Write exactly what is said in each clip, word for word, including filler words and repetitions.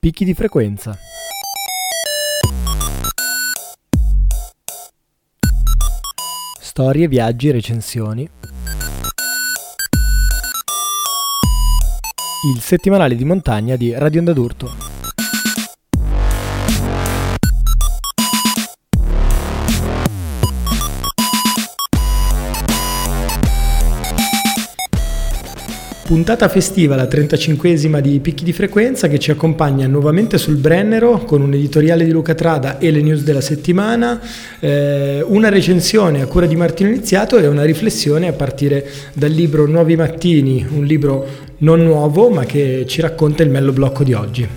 Picchi di frequenza. Storie, viaggi, recensioni. Il settimanale di montagna di Radio Onda d'Urto. Puntata festiva, la trentacinquesima di Picchi di frequenza, che ci accompagna nuovamente sul Brennero con un editoriale di Luca Trada e le news della settimana, eh, una recensione a cura di Martino Iniziato e una riflessione a partire dal libro Nuovi Mattini, un libro non nuovo ma che ci racconta il mello blocco di oggi.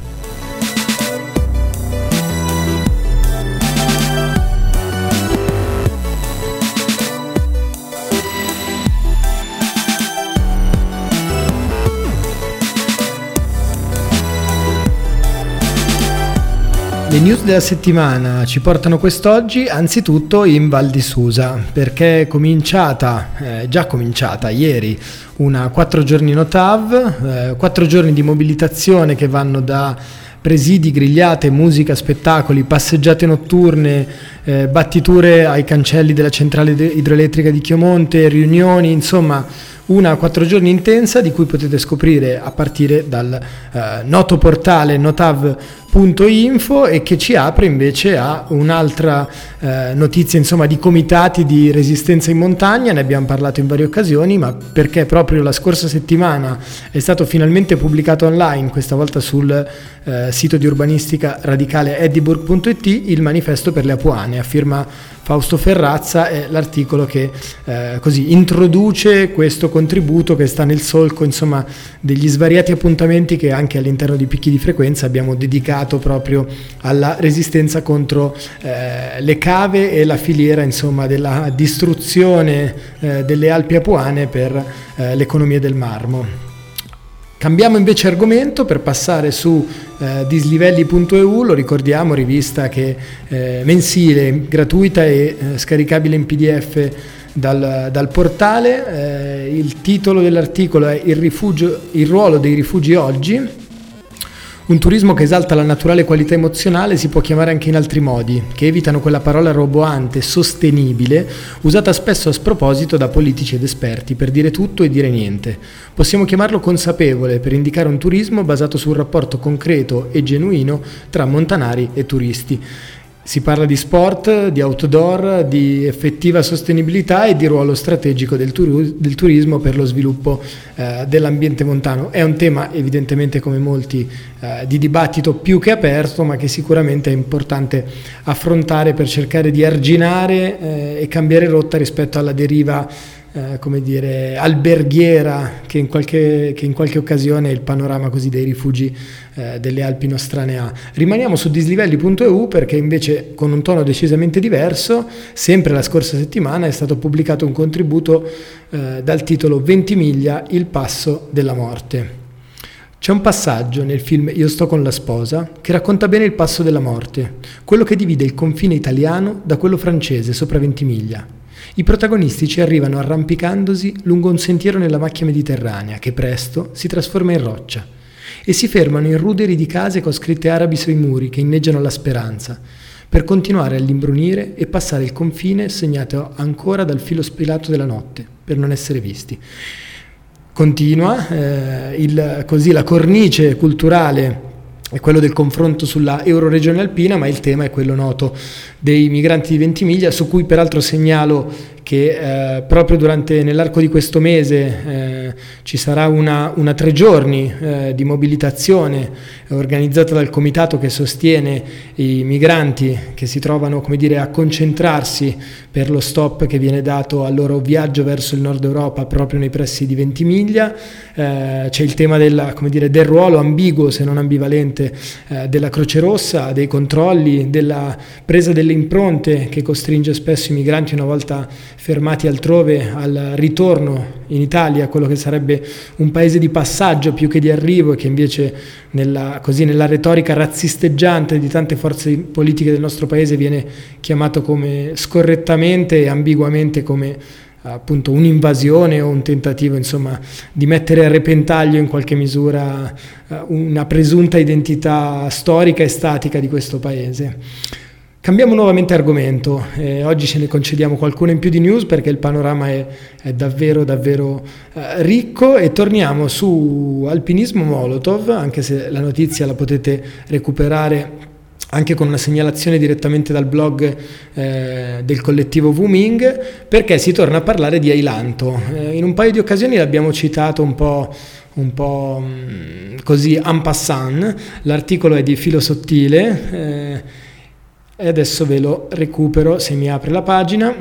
Le news della settimana ci portano quest'oggi anzitutto in Val di Susa, perché è cominciata, eh, già cominciata ieri, una quattro giorni Notav, eh, quattro giorni di mobilitazione che vanno da presidi, grigliate, musica, spettacoli, passeggiate notturne, eh, battiture ai cancelli della centrale idroelettrica di Chiomonte, riunioni, insomma una quattro giorni intensa di cui potete scoprire a partire dal eh, noto portale notav punto info e che ci apre invece a un'altra eh, notizia, insomma, di comitati di resistenza in montagna. Ne abbiamo parlato in varie occasioni, ma perché proprio la scorsa settimana è stato finalmente pubblicato online, questa volta sul eh, sito di urbanistica radicale eddyburg punto it, il manifesto per le Apuane a firma Fausto Ferrazza. È l'articolo che eh, così introduce questo contributo che sta nel solco, insomma, degli svariati appuntamenti che anche all'interno di Picchi di frequenza abbiamo dedicato proprio alla resistenza contro eh, le cave e la filiera, insomma, della distruzione eh, delle Alpi Apuane per eh, l'economia del marmo. Cambiamo invece argomento per passare su eh, dislivelli punto e u, lo ricordiamo, rivista che eh, mensile, gratuita e eh, scaricabile in P D F dal, dal portale. Eh, il titolo dell'articolo è il, rifugio, il ruolo dei rifugi oggi. Un turismo che esalta la naturale qualità emozionale si può chiamare anche in altri modi, che evitano quella parola roboante, sostenibile, usata spesso a sproposito da politici ed esperti per dire tutto e dire niente. Possiamo chiamarlo consapevole per indicare un turismo basato su un rapporto concreto e genuino tra montanari e turisti. Si parla di sport, di outdoor, di effettiva sostenibilità e di ruolo strategico del, turu- del turismo per lo sviluppo eh, dell'ambiente montano. È un tema evidentemente, come molti, eh, di dibattito più che aperto, ma che sicuramente è importante affrontare per cercare di arginare eh, e cambiare rotta rispetto alla deriva Eh, come dire, alberghiera che in qualche, che in qualche occasione il panorama così dei rifugi eh, delle Alpi nostrane ha. Rimaniamo su dislivelli punto e u perché invece, con un tono decisamente diverso, sempre la scorsa settimana è stato pubblicato un contributo eh, dal titolo Ventimiglia, il passo della morte. C'è un passaggio nel film Io sto con la sposa che racconta bene il passo della morte, quello che divide il confine italiano da quello francese sopra Ventimiglia. I protagonisti ci arrivano arrampicandosi lungo un sentiero nella macchia mediterranea che presto si trasforma in roccia e si fermano in ruderi di case con scritte arabi sui muri che inneggiano la speranza, per continuare all'imbrunire e passare il confine segnato ancora dal filo spilato della notte per non essere visti. Continua eh, il, così la cornice culturale è quello del confronto sulla Euroregione alpina, ma il tema è quello noto dei migranti di Ventimiglia, su cui peraltro segnalo che eh, proprio durante nell'arco di questo mese eh, ci sarà una, una tre giorni eh, di mobilitazione organizzata dal comitato che sostiene i migranti che si trovano, come dire, a concentrarsi per lo stop che viene dato al loro viaggio verso il nord Europa proprio nei pressi di Ventimiglia. Eh, c'è il tema della, come dire, del ruolo ambiguo, se non ambivalente, eh, della Croce Rossa, dei controlli, della presa delle impronte che costringe spesso i migranti, una volta fermati altrove, al ritorno in Italia, quello che sarebbe un paese di passaggio più che di arrivo, e che invece nella, così, nella retorica razzisteggiante di tante forze politiche del nostro paese viene chiamato come scorrettamente e ambiguamente come appunto un'invasione o un tentativo, insomma, di mettere a repentaglio in qualche misura una presunta identità storica e statica di questo paese. Cambiamo nuovamente argomento, eh, oggi ce ne concediamo qualcuno in più di news perché il panorama è, è davvero davvero eh, ricco, e torniamo su alpinismo Molotov, anche se la notizia la potete recuperare anche con una segnalazione direttamente dal blog eh, del collettivo Wuming, perché si torna a parlare di Ailanto. Eh, in un paio di occasioni l'abbiamo citato un po', un po' mh, così en passant, l'articolo è di Filo Sottile, eh, e adesso ve lo recupero se mi apre la pagina.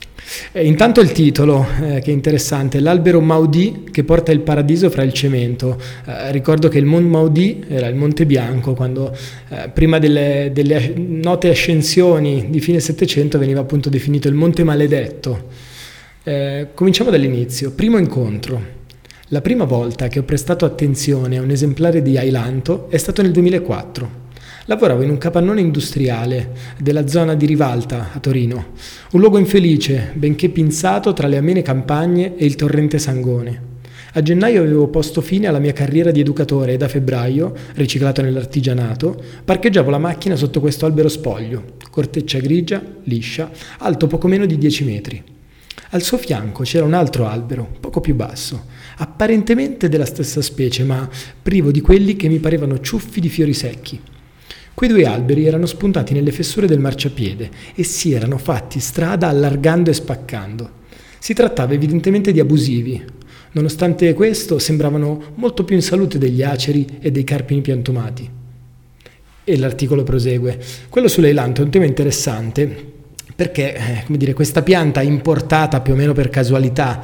E intanto il titolo, eh, che è interessante: l'albero Maudì che porta il paradiso fra il cemento. Eh, ricordo che il Mont Maudì era il Monte Bianco, quando eh, prima delle, delle note ascensioni di fine Settecento veniva appunto definito il Monte Maledetto. Eh, cominciamo dall'inizio. Primo incontro. La prima volta che ho prestato attenzione a un esemplare di Ailanto è stato nel duemilaquattro. Lavoravo in un capannone industriale della zona di Rivalta, a Torino, un luogo infelice, benché pinzato tra le amene campagne e il torrente Sangone. A gennaio avevo posto fine alla mia carriera di educatore e da febbraio, riciclato nell'artigianato, parcheggiavo la macchina sotto questo albero spoglio, corteccia grigia, liscia, alto poco meno di dieci metri. Al suo fianco c'era un altro albero, poco più basso, apparentemente della stessa specie, ma privo di quelli che mi parevano ciuffi di fiori secchi. Quei due alberi erano spuntati nelle fessure del marciapiede e si erano fatti strada allargando e spaccando. Si trattava evidentemente di abusivi. Nonostante questo, sembravano molto più in salute degli aceri e dei carpini piantumati. E l'articolo prosegue. Quello sull'Ailanto è un tema interessante perché, eh, come dire, questa pianta importata più o meno per casualità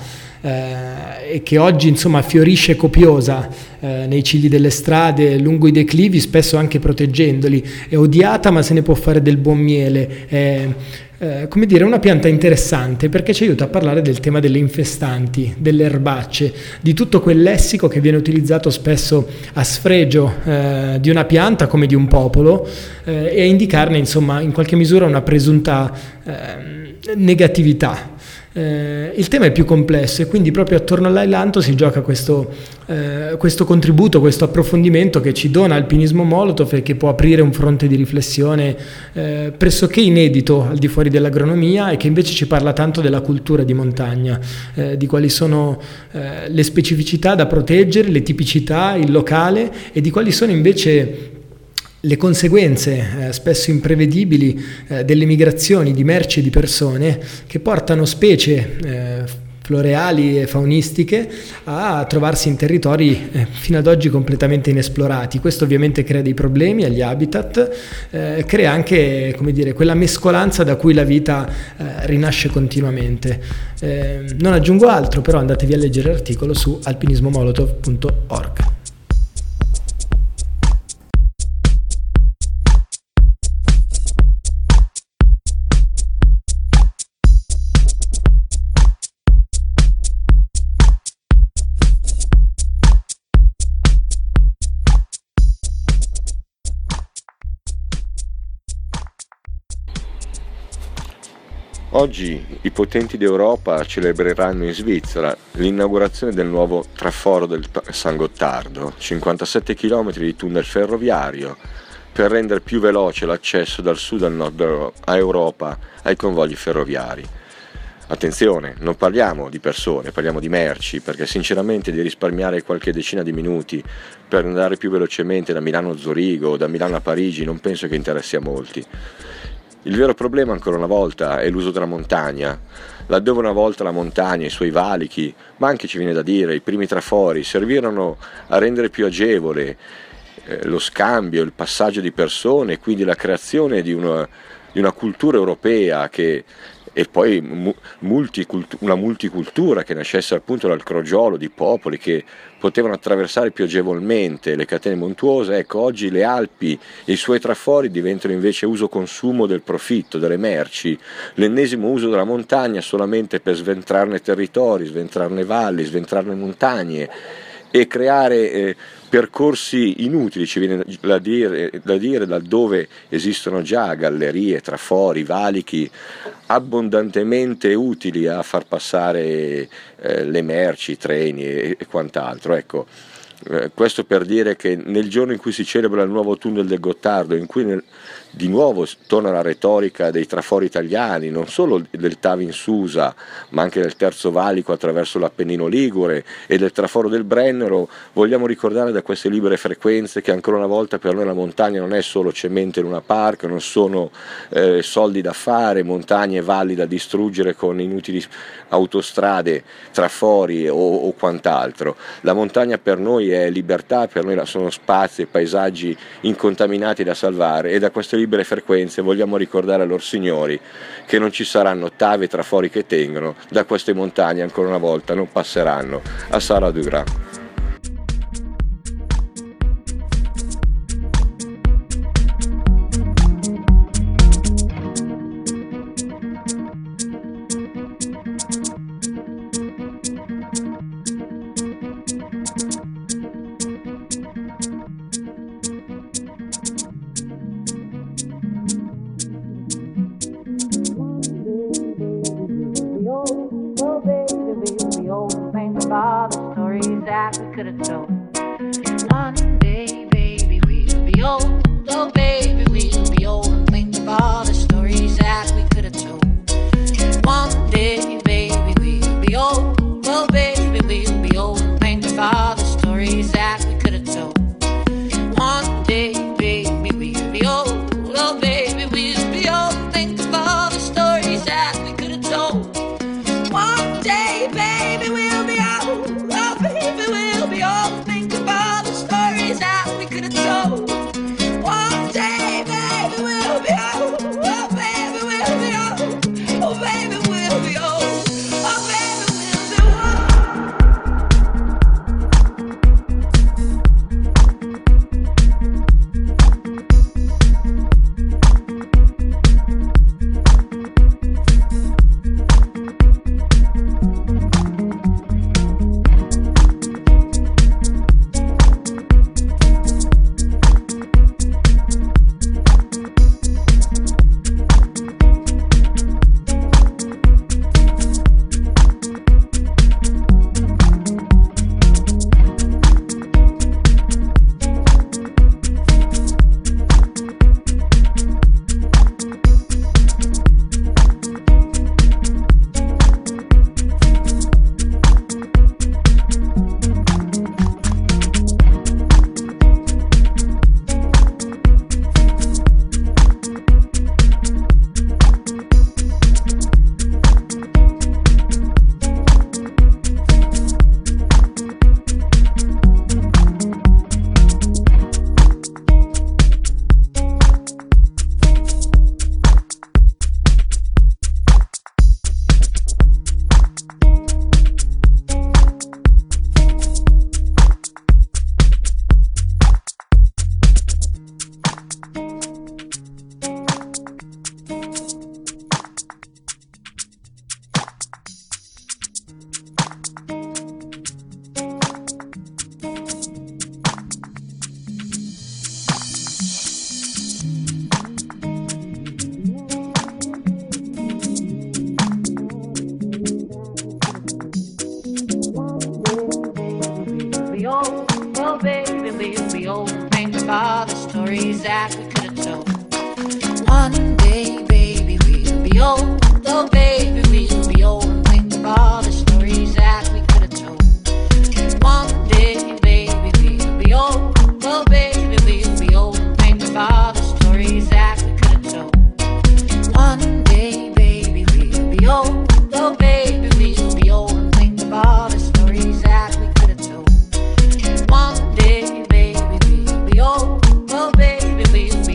eh, e che oggi insomma fiorisce copiosa eh, nei cigli delle strade, lungo i declivi, spesso anche proteggendoli, è odiata ma se ne può fare del buon miele. È, eh, come dire, una pianta interessante perché ci aiuta a parlare del tema delle infestanti, delle erbacce, di tutto quel lessico che viene utilizzato spesso a sfregio eh, di una pianta come di un popolo eh, e a indicarne insomma in qualche misura una presunta eh, negatività. Eh, il tema è più complesso e quindi proprio attorno all'Ailanto si gioca questo, eh, questo contributo, questo approfondimento che ci dona Alpinismo Molotov e che può aprire un fronte di riflessione eh, pressoché inedito al di fuori dell'agronomia e che invece ci parla tanto della cultura di montagna, eh, di quali sono eh, le specificità da proteggere, le tipicità, il locale e di quali sono invece le conseguenze eh, spesso imprevedibili eh, delle migrazioni di merci e di persone che portano specie eh, floreali e faunistiche a trovarsi in territori eh, fino ad oggi completamente inesplorati. Questo ovviamente crea dei problemi agli habitat, eh, crea anche, come dire, quella mescolanza da cui la vita eh, rinasce continuamente. Eh, non aggiungo altro, però andatevi a leggere l'articolo su alpinismo molotov punto org. Oggi i potenti d'Europa celebreranno in Svizzera l'inaugurazione del nuovo traforo del San Gottardo, cinquantasette chilometri di tunnel ferroviario per rendere più veloce l'accesso dal sud al nord Europa ai convogli ferroviari. Attenzione, non parliamo di persone, parliamo di merci, perché sinceramente di risparmiare qualche decina di minuti per andare più velocemente da Milano a Zurigo o da Milano a Parigi non penso che interessi a molti. Il vero problema ancora una volta è l'uso della montagna, laddove una volta la montagna, i suoi valichi, ma anche ci viene da dire i primi trafori, servirono a rendere più agevole eh, lo scambio, il passaggio di persone e quindi la creazione di una, di una cultura europea che, e poi multicultu- una multicultura che nascesse appunto dal crogiolo di popoli che potevano attraversare più agevolmente le catene montuose. Ecco, oggi le Alpi e i suoi trafori diventano invece uso-consumo del profitto, delle merci, l'ennesimo uso della montagna solamente per sventrarne territori, sventrarne valli, sventrarne montagne e creare eh, percorsi inutili, ci viene da dire, da dire, da dove esistono già gallerie, trafori, valichi abbondantemente utili a far passare eh, le merci, i treni e, e quant'altro. Ecco, eh, questo per dire che nel giorno in cui si celebra il nuovo tunnel del Gottardo, in cui nel, di nuovo torna la retorica dei trafori italiani, non solo del Tavi in Susa, ma anche del Terzo Valico attraverso l'Appennino Ligure e del traforo del Brennero, vogliamo ricordare da queste libere frequenze che ancora una volta per noi la montagna non è solo cemento in una park, non sono eh, soldi da fare, montagne e valli da distruggere con inutili autostrade, trafori o, o quant'altro. La montagna per noi è libertà, per noi sono spazi e paesaggi incontaminati da salvare, e da queste libere frequenze vogliamo ricordare a loro signori che non ci saranno tavi e trafori che tengono, da queste montagne ancora una volta non passeranno a Saradura. One day, baby, we'll be old. Oh, baby, we'll be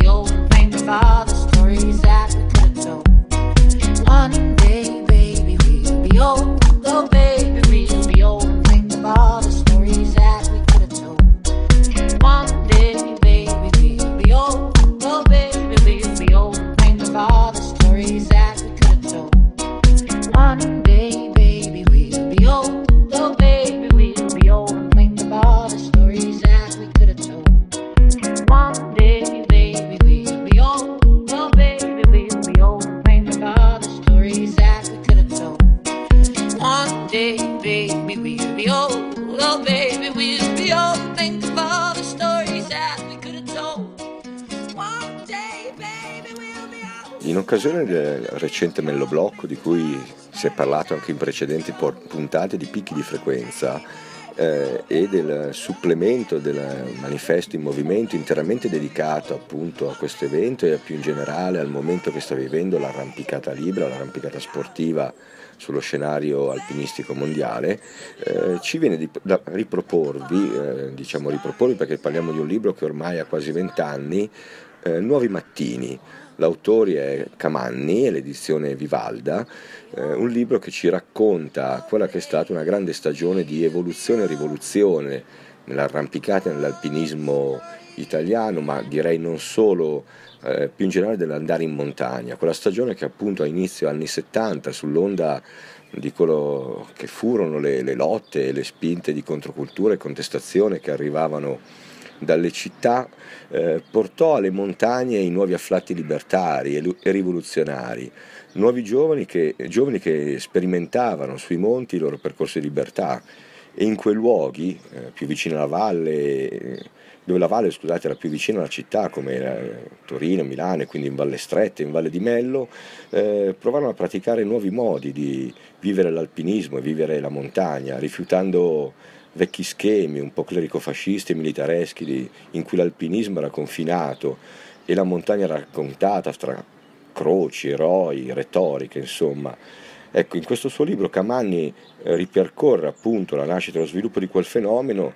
occasione del recente Melloblocco, di cui si è parlato anche in precedenti puntate, di picchi di frequenza eh, e del supplemento del manifesto in movimento interamente dedicato appunto a questo evento e più in generale al momento che sta vivendo l'arrampicata libera, l'arrampicata sportiva sullo scenario alpinistico mondiale, eh, ci viene di, da riproporvi, eh, diciamo riproporvi perché parliamo di un libro che ormai ha quasi vent'anni, eh, Nuovi Mattini. L'autore è Camanni e l'edizione Vivalda, eh, un libro che ci racconta quella che è stata una grande stagione di evoluzione e rivoluzione nell'arrampicata e nell'alpinismo italiano, ma direi non solo, eh, più in generale dell'andare in montagna. Quella stagione che appunto a inizio anni settanta, sull'onda di quello che furono le, le lotte e le spinte di controcultura e contestazione che arrivavano dalle città, eh, portò alle montagne i nuovi afflatti libertari e, e rivoluzionari, nuovi giovani che, giovani che sperimentavano sui monti i loro percorsi di libertà, e in quei luoghi eh, più vicini alla valle, dove la valle scusate, era più vicina alla città come eh, Torino, Milano, e quindi in Valle Stretta, in Valle di Mello, eh, provarono a praticare nuovi modi di vivere l'alpinismo e vivere la montagna, rifiutando vecchi schemi un po' clerico-fascisti e militareschi di, in cui l'alpinismo era confinato e la montagna raccontata tra croci, eroi, retoriche, insomma. Ecco, in questo suo libro Camanni eh, ripercorre appunto la nascita e lo sviluppo di quel fenomeno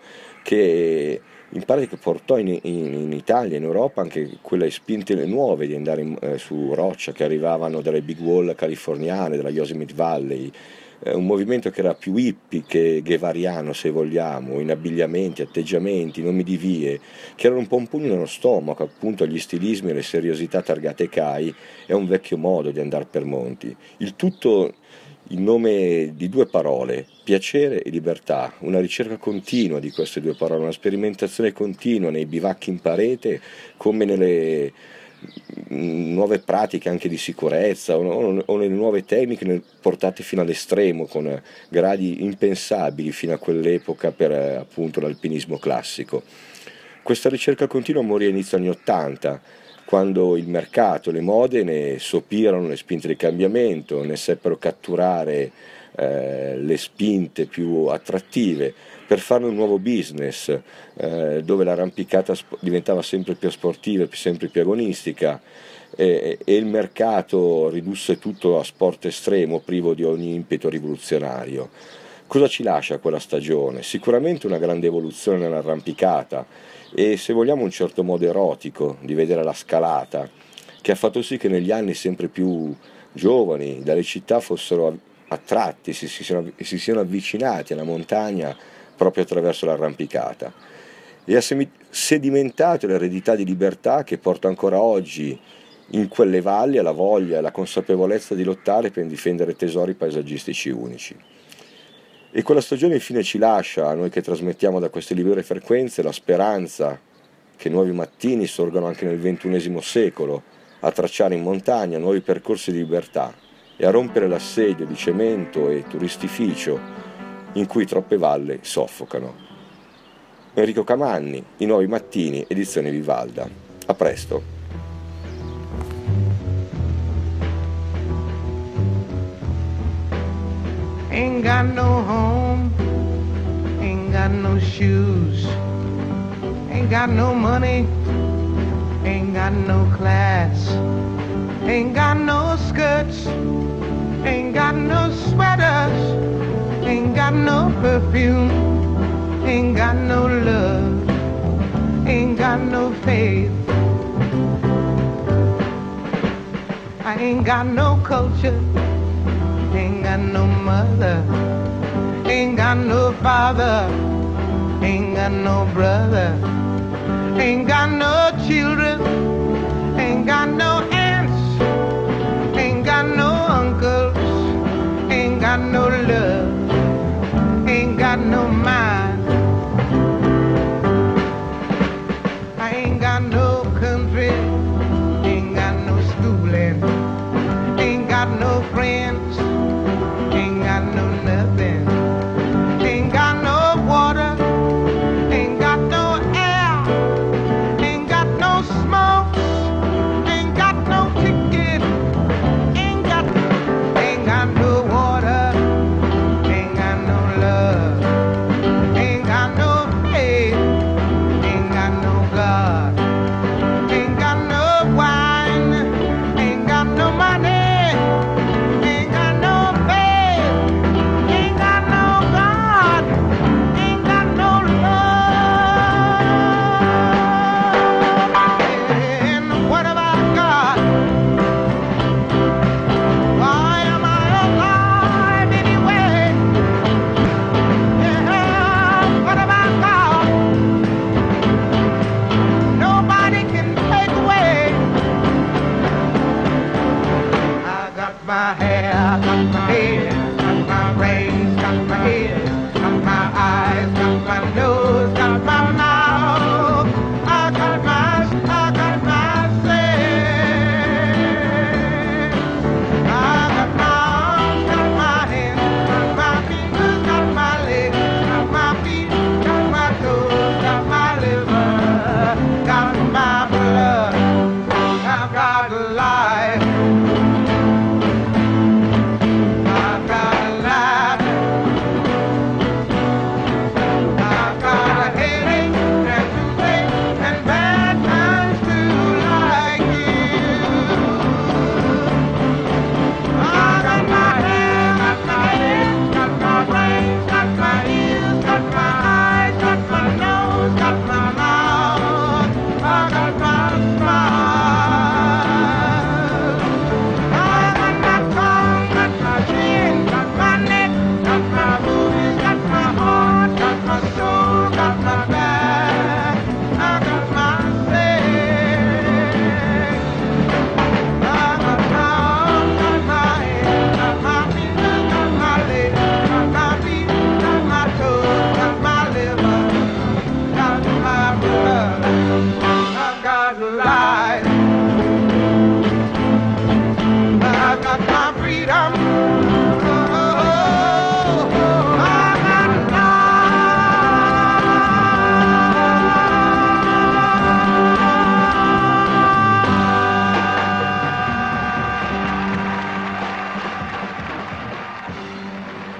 che in pratica portò in, in, in Italia, in Europa, anche quelle spinte nuove di andare in, eh, su roccia che arrivavano dalle big wall californiane, dalla Yosemite Valley, un movimento che era più hippie che guevariano, se vogliamo, in abbigliamenti, atteggiamenti, nomi di vie, che erano un po' un pugno nello stomaco appunto agli stilismi e alle seriosità targate C A I e a un vecchio modo di andare per monti. Il tutto in nome di due parole, piacere e libertà, una ricerca continua di queste due parole, una sperimentazione continua nei bivacchi in parete come nelle nuove pratiche anche di sicurezza o, o nelle nuove tecniche portate fino all'estremo con gradi impensabili fino a quell'epoca per appunto l'alpinismo classico. Questa ricerca continua morì a inizio anni ottanta, quando il mercato e le mode ne sopirono le spinte di cambiamento, ne seppero catturare eh, le spinte più attrattive per fare un nuovo business eh, dove l'arrampicata sp- diventava sempre più sportiva, sempre più agonistica e, e il mercato ridusse tutto a sport estremo privo di ogni impeto rivoluzionario. Cosa ci lascia quella stagione? Sicuramente una grande evoluzione nell'arrampicata e, se vogliamo, un certo modo erotico di vedere la scalata, che ha fatto sì che negli anni sempre più giovani dalle città fossero attratti, si, si, siano, si siano avvicinati alla montagna proprio attraverso l'arrampicata, e ha sedimentato l'eredità di libertà che porta ancora oggi in quelle valli alla voglia e alla consapevolezza di lottare per difendere tesori paesaggistici unici. E quella stagione infine ci lascia, a noi che trasmettiamo da queste libere frequenze, la speranza che nuovi mattini sorgano anche nel ventunesimo secolo, a tracciare in montagna nuovi percorsi di libertà e a rompere l'assedio di cemento e turistificio in cui troppe valle soffocano. Enrico Camanni, I Nuovi Mattini, edizione Vivalda. A presto. Ain't got no home, ain't got no shoes, ain't got no money, ain't got no class, ain't got no skirts, ain't got no sweaters, ain't got no perfume, ain't got no love, ain't got no faith. I ain't got no culture, ain't got no mother, ain't got no father, ain't got no brother, ain't got no children, ain't got no aunts, ain't got no uncles, ain't got no love, ain't got no mind. I ain't got no country, ain't got no schooling, ain't got no friends, ain't got no nothing, ain't got no water, ain't got no air, ain't got no smoke, ain't got no ticket,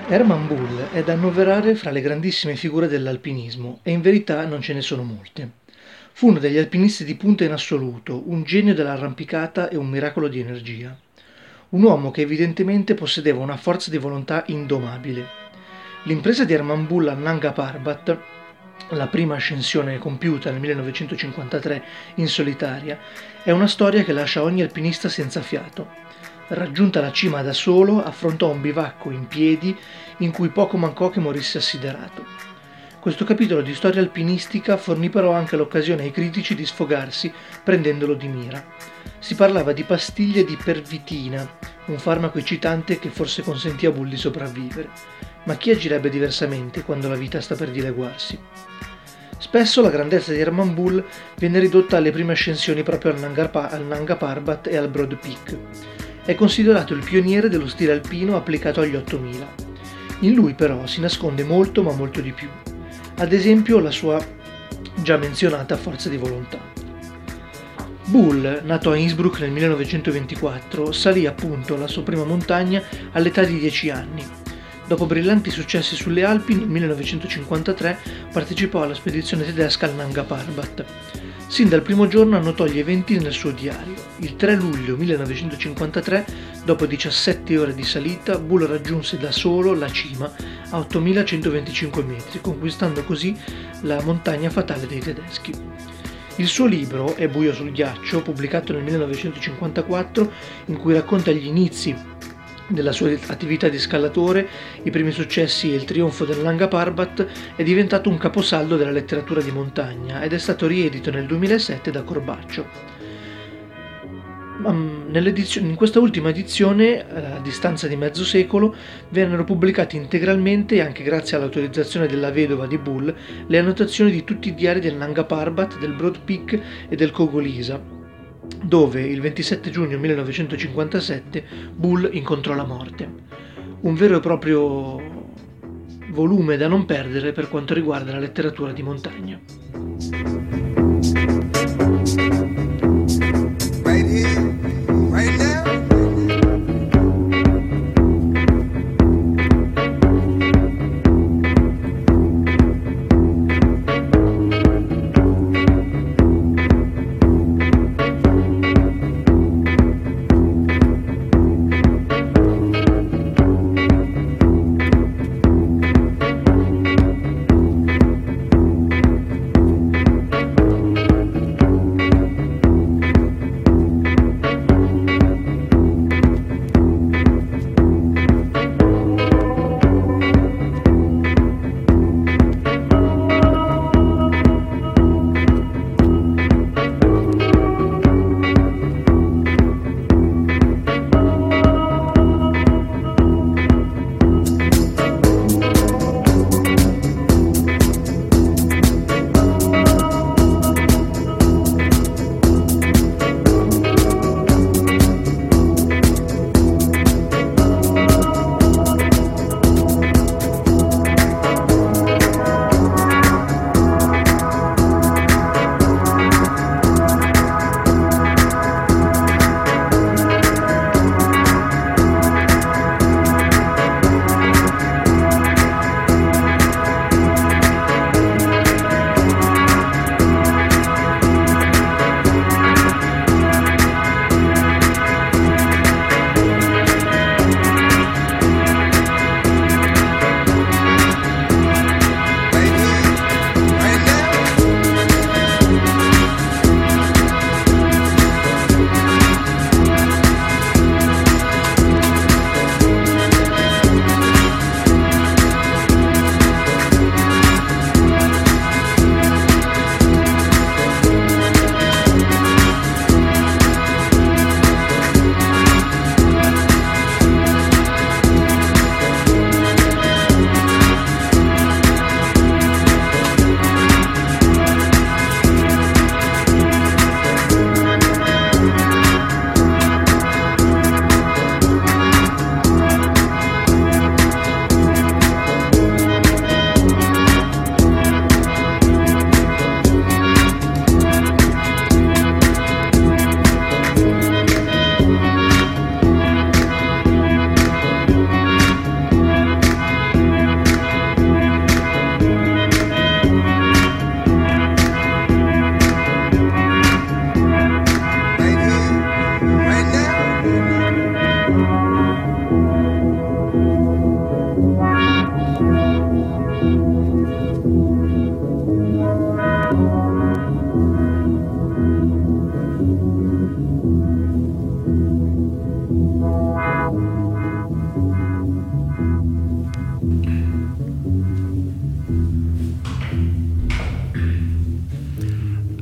Hermann Bull è da annoverare fra le grandissime figure dell'alpinismo e in verità non ce ne sono molte. Fu uno degli alpinisti di punta in assoluto, un genio dell'arrampicata e un miracolo di energia. Un uomo che evidentemente possedeva una forza di volontà indomabile. L'impresa di Hermann Bull a Nanga Parbat, la prima ascensione compiuta nel millenovecentocinquantatré in solitaria, è una storia che lascia ogni alpinista senza fiato. Raggiunta la cima da solo, affrontò un bivacco in piedi in cui poco mancò che morisse assiderato. Questo capitolo di storia alpinistica fornì però anche l'occasione ai critici di sfogarsi prendendolo di mira. Si parlava di pastiglie di pervitina, un farmaco eccitante che forse consentì a Bull di sopravvivere. Ma chi agirebbe diversamente quando la vita sta per dileguarsi? Spesso la grandezza di Hermann Bull viene ridotta alle prime ascensioni proprio al Nanga, al Nanga Parbat e al Broad Peak. È considerato il pioniere dello stile alpino applicato agli ottomila. In lui però si nasconde molto ma molto di più. Ad esempio la sua già menzionata forza di volontà. Bull, nato a Innsbruck nel millenovecentoventiquattro, salì appunto alla sua prima montagna all'età di dieci anni. Dopo brillanti successi sulle Alpi, nel millenovecentocinquantatré partecipò alla spedizione tedesca al Nanga Parbat. Sin dal primo giorno annotò gli eventi nel suo diario. Il tre luglio millenovecentocinquantatré, dopo diciassette ore di salita, Bull raggiunse da solo la cima a ottomilacentoventicinque metri, conquistando così la montagna fatale dei tedeschi. Il suo libro, È buio sul ghiaccio, pubblicato nel millenovecentocinquantaquattro, in cui racconta gli inizi della sua attività di scalatore, i primi successi e il trionfo del Nanga Parbat, è diventato un caposaldo della letteratura di montagna ed è stato riedito nel duemilasette da Corbaccio. In questa ultima edizione, a distanza di mezzo secolo, vennero pubblicati integralmente, e anche grazie all'autorizzazione della vedova di Bull, le annotazioni di tutti i diari del Nanga Parbat, del Broad Peak e del Cogolisa, dove il ventisette giugno millenovecentocinquantasette Bull incontrò la morte. Un vero e proprio volume da non perdere per quanto riguarda la letteratura di montagna. Right here, right now.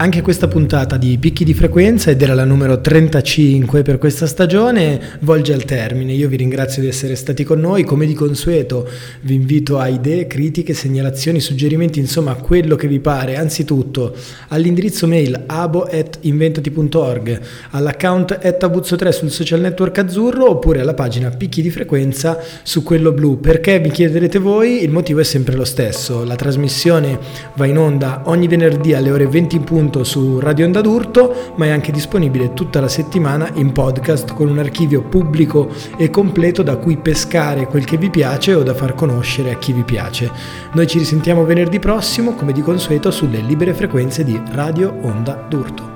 Anche questa puntata di Picchi di Frequenza, ed era la numero trentacinque per questa stagione, volge al termine. Io vi ringrazio di essere stati con noi, come di consueto vi invito a idee, critiche, segnalazioni, suggerimenti, insomma quello che vi pare, anzitutto all'indirizzo mail abo at inventati punto org, all'account at abuzzo tre sul social network azzurro, oppure alla pagina Picchi di Frequenza su quello blu. Perché, vi chiederete voi? Il motivo è sempre lo stesso: la trasmissione va in onda ogni venerdì alle ore venti in punto su Radio Onda d'Urto, ma è anche disponibile tutta la settimana in podcast con un archivio pubblico e completo da cui pescare quel che vi piace o da far conoscere a chi vi piace. Noi ci risentiamo venerdì prossimo, come di consueto, sulle libere frequenze di Radio Onda d'Urto.